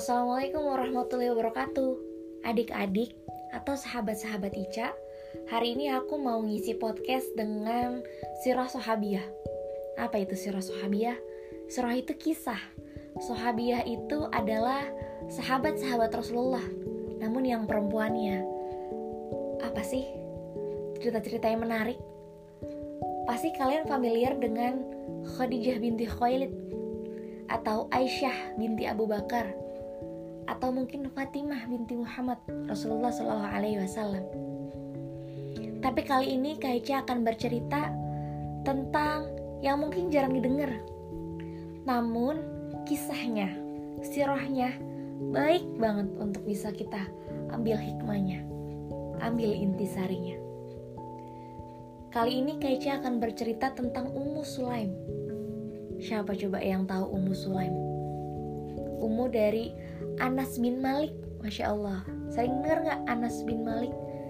Assalamualaikum warahmatullahi wabarakatuh. Adik-adik atau sahabat-sahabat Ica, hari ini aku mau ngisi podcast dengan sirah sahabiyah. Apa itu sirah sahabiyah? Sirah itu kisah. Sahabiyah itu adalah sahabat-sahabat Rasulullah, namun yang perempuannya. Apa sih cerita-cerita yang menarik? Pasti kalian familiar dengan Khadijah binti Khuwailid atau Aisyah binti Abu Bakar, atau mungkin Fatimah binti Muhammad Rasulullah SAW. Tapi kali ini Kak Ica akan bercerita tentang yang mungkin jarang didengar, namun kisahnya, sirahnya baik banget untuk bisa kita ambil hikmahnya, ambil intisarinya. Kali ini Kak Ica akan bercerita tentang Ummu Sulaim. Siapa coba yang tahu Ummu Sulaim? Ummu dari Anas bin Malik, Masya Allah. Sering dengar gak Anas bin Malik?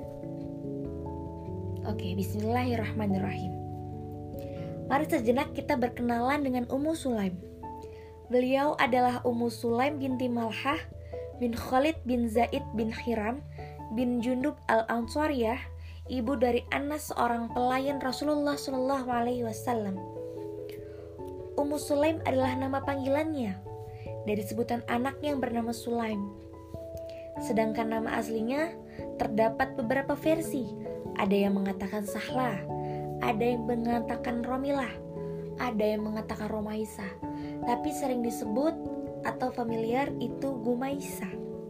Oke, bismillahirrahmanirrahim. Mari sejenak kita berkenalan dengan Ummu Sulaim. Beliau adalah Ummu Sulaim binti Malhah bin Khalid bin Zaid bin Hiram bin Jundub al-Ansariyah, ibu dari Anas, seorang pelayan Rasulullah SAW. Ummu Sulaim adalah nama panggilannya dari sebutan anaknya yang bernama Sulaim. Sedangkan nama aslinya terdapat beberapa versi. Ada yang mengatakan Sahlah, ada yang mengatakan Romilah, ada yang mengatakan Romaisa. Tapi sering disebut atau familiar itu Gumaisa.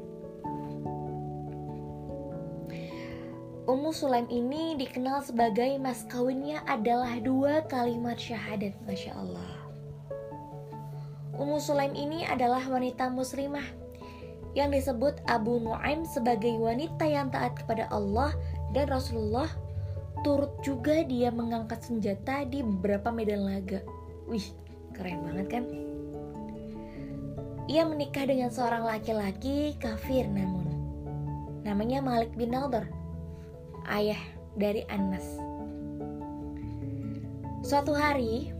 Ummu Sulaim ini dikenal sebagai mas kawinnya adalah 2 kalimat syahadat. Masya Allah. Ummu Sulaim ini adalah wanita muslimah yang disebut Abu Nuaim sebagai wanita yang taat kepada Allah dan Rasulullah. Turut juga dia mengangkat senjata di beberapa medan laga. Wih, keren banget kan? Ia menikah dengan seorang laki-laki kafir namun namanya Malik bin Nadhr, ayah dari Anas. Suatu hari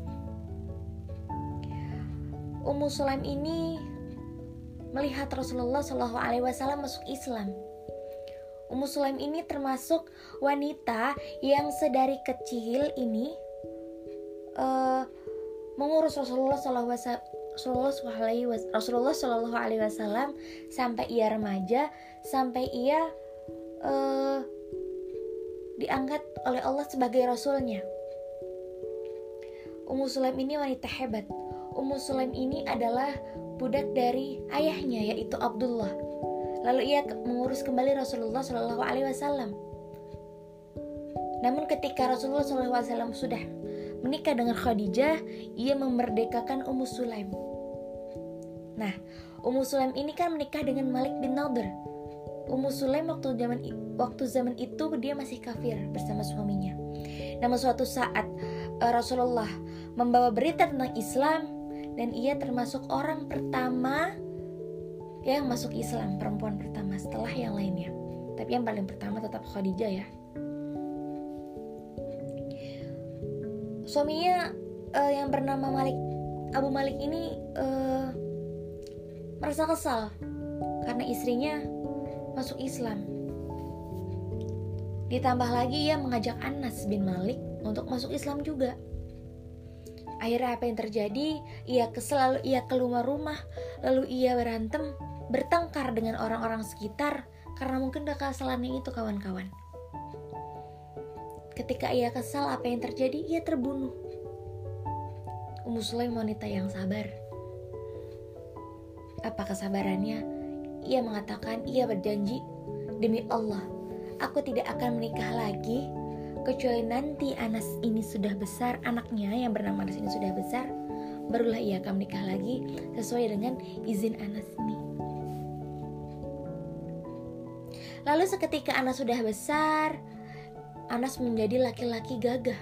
Ummu Sulaim ini melihat Rasulullah SAW masuk Islam. Ummu Sulaim ini termasuk wanita yang sedari kecil ini mengurus Rasulullah SAW sampai ia remaja, sampai ia diangkat oleh Allah sebagai Rasulnya. Ummu Sulaim ini wanita hebat. Ummu Sulaim ini adalah budak dari ayahnya, yaitu Abdullah. Lalu ia mengurus kembali Rasulullah SAW. Namun ketika Rasulullah SAW sudah menikah dengan Khadijah, ia memerdekakan Ummu Sulaim. Nah, Ummu Sulaim ini kan menikah dengan Malik bin Nadhr. Ummu Sulaim waktu zaman itu dia masih kafir bersama suaminya. Namun suatu saat Rasulullah membawa berita tentang Islam, dan ia termasuk orang pertama yang masuk Islam, perempuan pertama setelah yang lainnya. Tapi yang paling pertama tetap Khadijah ya. Suaminya yang bernama Abu Malik ini merasa kesal karena istrinya masuk Islam. Ditambah lagi ia mengajak Anas bin Malik untuk masuk Islam juga. Akhirnya apa yang terjadi? Ia kesel, lalu ia keluar rumah, lalu ia bertengkar dengan orang-orang sekitar karena mungkin kesalahannya itu kawan-kawan. Ketika ia kesal, apa yang terjadi? Ia terbunuh. Ummu Sulaim wanita yang sabar. Apa kesabarannya? Ia mengatakan, ia berjanji, demi Allah, aku tidak akan menikah lagi kecuali nanti Anas ini sudah besar, anaknya yang bernama Anas ini sudah besar, barulah ia akan menikah lagi sesuai dengan izin Anas ini. Lalu seketika Anas sudah besar, Anas menjadi laki-laki gagah,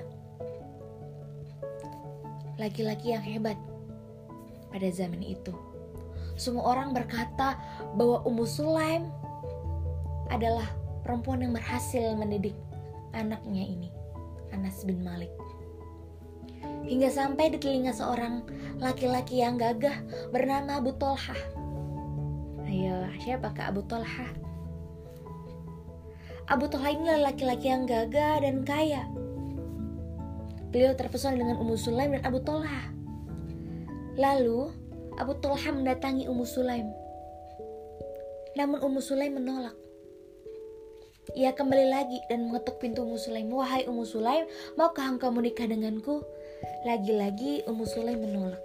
laki-laki yang hebat pada zaman itu. Semua orang berkata bahwa Ummu Sulaim adalah perempuan yang berhasil mendidik anaknya ini, Anas bin Malik. Hingga sampai di telinga seorang laki-laki yang gagah bernama Abu Tolhah. Ayo, siapakah Abu Thalhah? Abu Thalhah ini laki-laki yang gagah dan kaya. Beliau terpesona dengan Ummu Sulaim dan Abu Thalhah. Lalu Abu Thalhah mendatangi Ummu Sulaim. Namun Ummu Sulaim menolak. Ia kembali lagi dan mengetuk pintu Ummu Sulaim. Wahai Ummu Sulaim, maukah engkau menikah denganku? Lagi-lagi Ummu Sulaim menolak.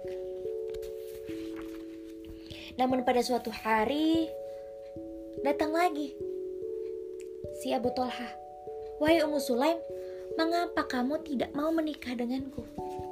Namun pada suatu hari datang lagi si Abu Thalhah. Wahai Ummu Sulaim, mengapa kamu tidak mau menikah denganku?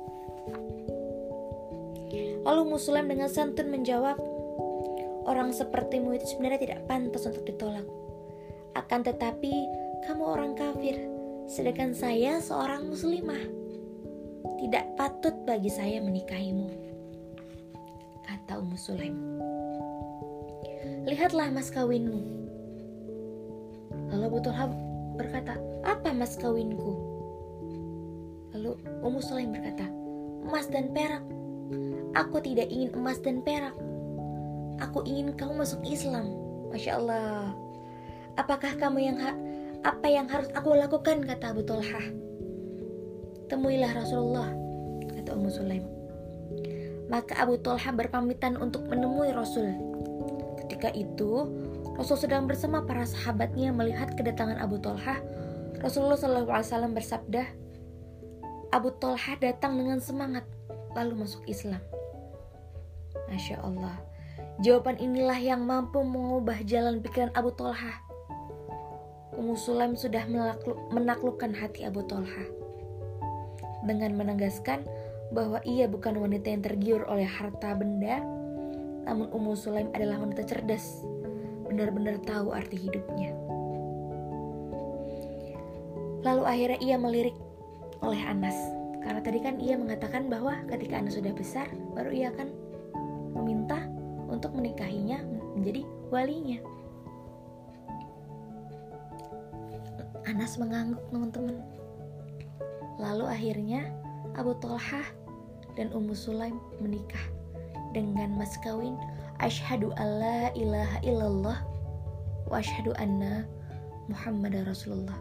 Lalu Ummu Sulaim dengan santun menjawab, orang sepertimu itu sebenarnya tidak pantas untuk ditolak. Akan tetapi kamu orang kafir, sedangkan saya seorang muslimah. Tidak patut bagi saya menikahimu, kata Ummu Sulaim. Lihatlah mas kawinmu. Lalu Abu Thalhah berkata, apa mas kawinku? Lalu Ummu Sulaim berkata, emas dan perak. Aku tidak ingin emas dan perak. Aku ingin kamu masuk Islam. Masya Allah. Apa yang harus aku lakukan, kata Abu Thalhah. Temuilah Rasulullah, kata Ummu Sulaim. Maka Abu Thalhah berpamitan untuk menemui Rasul. Ketika itu Rasul sedang bersama para sahabatnya melihat kedatangan Abu Thalhah. Rasulullah SAW bersabda, Abu Thalhah datang dengan semangat lalu masuk Islam. Masya Allah. Jawaban inilah yang mampu mengubah jalan pikiran Abu Thalhah. Ummu Sulaim sudah menaklukkan hati Abu Thalhah dengan menegaskan bahwa ia bukan wanita yang tergiur oleh harta benda, namun Ummu Sulaim adalah wanita cerdas, benar-benar tahu arti hidupnya. Lalu akhirnya ia melirik oleh Anas, karena tadi kan ia mengatakan bahwa ketika Anas sudah besar, baru ia akan meminta untuk menikahinya menjadi walinya. Anas mengangguk, teman-teman. Lalu akhirnya Abu Thalhah dan Ummu Sulaim menikah dengan mas kawin asyhadu alla ilaha illallah wa asyhadu anna Muhammadar Rasulullah.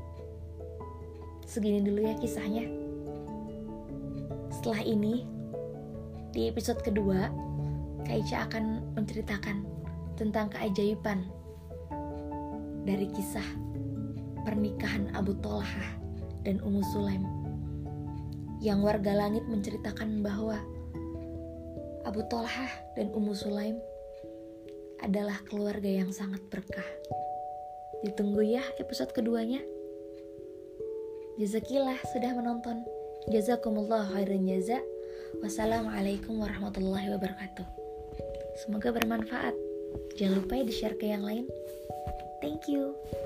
Segini dulu ya kisahnya. Setelah ini, di episode kedua, Kak Ica akan menceritakan tentang keajaiban dari kisah pernikahan Abu Thalhah dan Ummu Sulaim, yang warga langit menceritakan bahwa Abu Thalhah dan Ummu Sulaim adalah keluarga yang sangat berkah. Ditunggu ya episode keduanya. Jazakillah sudah menonton. Jazakumullah khairan jaza. Wassalamualaikum warahmatullahi wabarakatuh. Semoga bermanfaat. Jangan lupa ya di-share ke yang lain. Thank you.